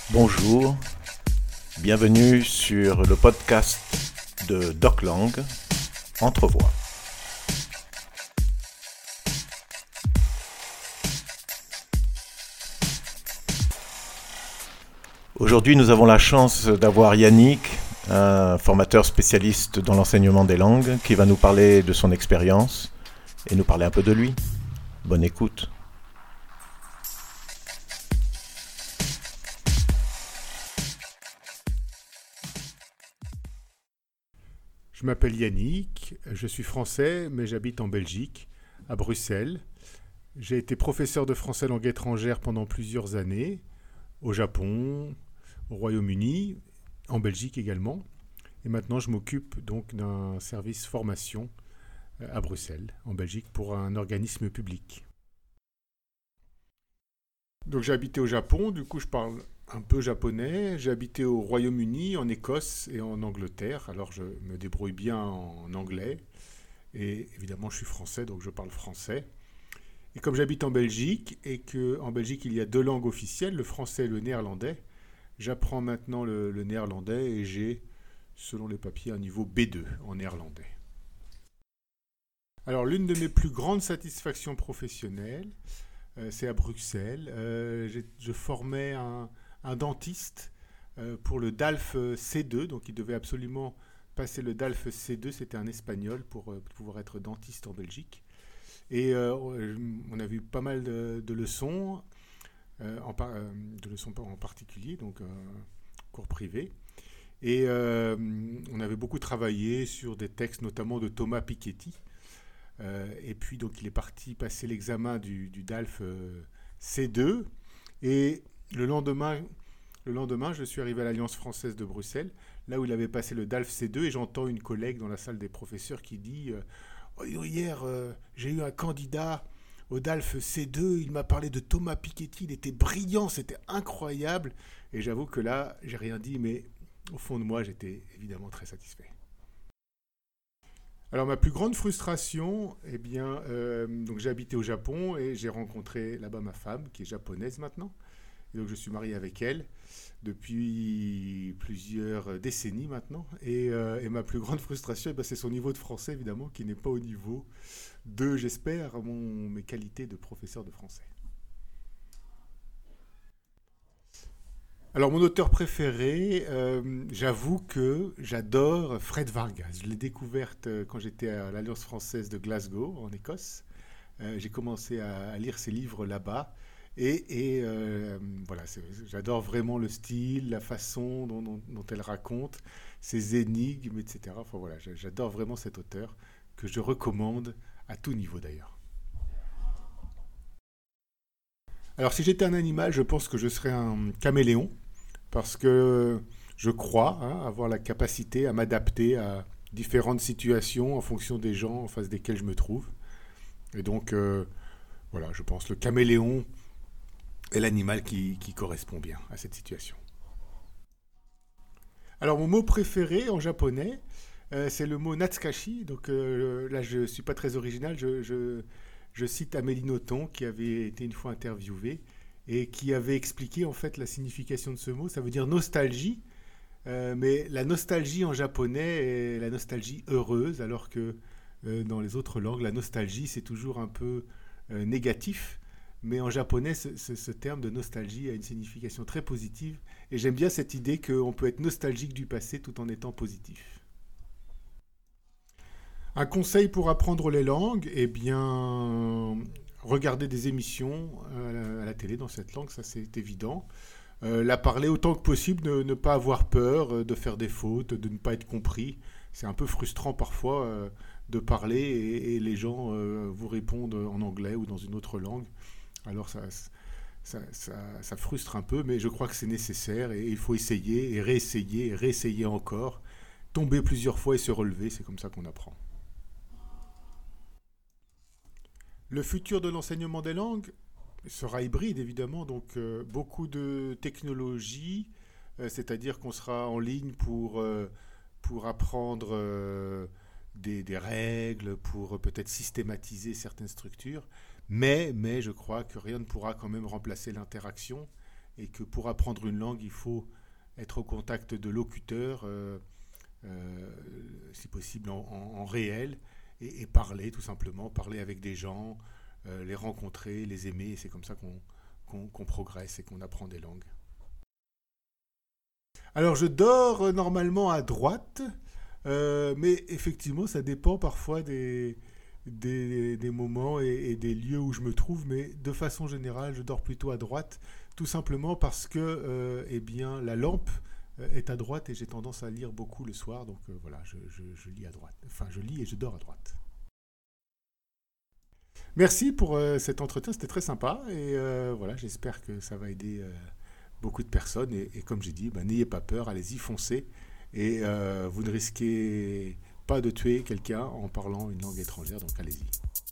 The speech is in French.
Bonjour, bienvenue sur le podcast de DocLang, Entrevoix. Aujourd'hui, nous avons la chance d'avoir Yannick, un formateur spécialiste dans l'enseignement des langues, qui va nous parler de son expérience et nous parler un peu de lui. Bonne écoute. Je m'appelle Yannick, je suis français, mais j'habite en Belgique, à Bruxelles. J'ai été professeur de français langue étrangère pendant plusieurs années, au Japon, au Royaume-Uni, en Belgique également. Et maintenant, je m'occupe donc d'un service formation à Bruxelles, en Belgique, pour un organisme public. Donc j'ai habité au Japon, du coup je parle un peu japonais. J'ai habité au Royaume-Uni, en Écosse et en Angleterre. Alors je me débrouille bien en anglais. Et évidemment je suis français, donc je parle français. Et comme j'habite en Belgique et qu'en Belgique il y a deux langues officielles, le français et le néerlandais, j'apprends maintenant le néerlandais et j'ai, selon les papiers, un niveau B2 en néerlandais. Alors l'une de mes plus grandes satisfactions professionnelles, c'est à Bruxelles. Je formais un dentiste pour le DALF C2, donc il devait absolument passer le DALF C2, c'était un espagnol pour pouvoir être dentiste en Belgique. Et on a vu pas mal de leçons, de leçons en particulier, donc cours privés. Et on avait beaucoup travaillé sur des textes, notamment de Thomas Piketty. Et puis donc il est parti passer l'examen du DALF C2 et le lendemain je suis arrivé à l'Alliance française de Bruxelles, là où il avait passé le DALF C2 et j'entends une collègue dans la salle des professeurs qui dit oh, hier j'ai eu un candidat au DALF C2, il m'a parlé de Thomas Piketty, il était brillant, c'était incroyable. Et j'avoue que là j'ai rien dit, mais au fond de moi j'étais évidemment très satisfait. Alors ma plus grande frustration, eh bien, donc j'ai habité au Japon et j'ai rencontré là-bas ma femme, qui est japonaise maintenant. Et donc je suis marié avec elle depuis plusieurs décennies maintenant. Et ma plus grande frustration, eh ben, c'est son niveau de français évidemment, qui n'est pas au niveau de, j'espère, mes qualités de professeur de français. Alors mon auteur préféré, j'avoue que j'adore Fred Vargas. Je l'ai découverte quand j'étais à l'Alliance française de Glasgow, en Écosse. J'ai commencé à lire ses livres là-bas. Et voilà, j'adore vraiment le style, la façon dont elle raconte, ses énigmes, etc. Enfin voilà, j'adore vraiment cet auteur que je recommande à tout niveau d'ailleurs. Alors si j'étais un animal, je pense que je serais un caméléon parce que je crois avoir la capacité à m'adapter à différentes situations en fonction des gens en face desquels je me trouve. Et donc, voilà, je pense que le caméléon est l'animal qui correspond bien à cette situation. Alors, mon mot préféré en japonais, c'est le mot natsukashi. Donc là, je ne suis pas très original. Je cite Amélie Nothomb, qui avait été une fois interviewée et qui avait expliqué en fait la signification de ce mot. Ça veut dire nostalgie, mais la nostalgie en japonais est la nostalgie heureuse, alors que dans les autres langues, la nostalgie c'est toujours un peu négatif. Mais en japonais, ce terme de nostalgie a une signification très positive. Et j'aime bien cette idée qu'on peut être nostalgique du passé tout en étant positif. Un conseil pour apprendre les langues, eh bien, regarder des émissions à la télé dans cette langue, ça c'est évident. La parler autant que possible, ne pas avoir peur de faire des fautes, de ne pas être compris. C'est un peu frustrant parfois de parler et les gens vous répondent en anglais ou dans une autre langue. Alors ça frustre un peu, mais je crois que c'est nécessaire et il faut essayer et réessayer encore. Tomber plusieurs fois et se relever, c'est comme ça qu'on apprend. Le futur de l'enseignement des langues sera hybride, évidemment, donc beaucoup de technologies, c'est-à-dire qu'on sera en ligne pour apprendre des règles, pour peut-être systématiser certaines structures, mais je crois que rien ne pourra quand même remplacer l'interaction et que pour apprendre une langue, il faut être au contact de locuteurs, si possible en réel, et parler tout simplement, parler avec des gens, les rencontrer, les aimer, et c'est comme ça qu'on progresse et qu'on apprend des langues. Alors je dors normalement à droite, mais effectivement ça dépend parfois des moments et des lieux où je me trouve, mais de façon générale je dors plutôt à droite, tout simplement parce que eh bien, la lampe est à droite et j'ai tendance à lire beaucoup le soir, donc voilà, je lis à droite. Enfin, je lis et je dors à droite. Merci pour cet entretien, c'était très sympa et voilà, j'espère que ça va aider beaucoup de personnes et comme j'ai dit, ben, n'ayez pas peur, allez-y, foncez et vous ne risquez pas de tuer quelqu'un en parlant une langue étrangère, donc allez-y.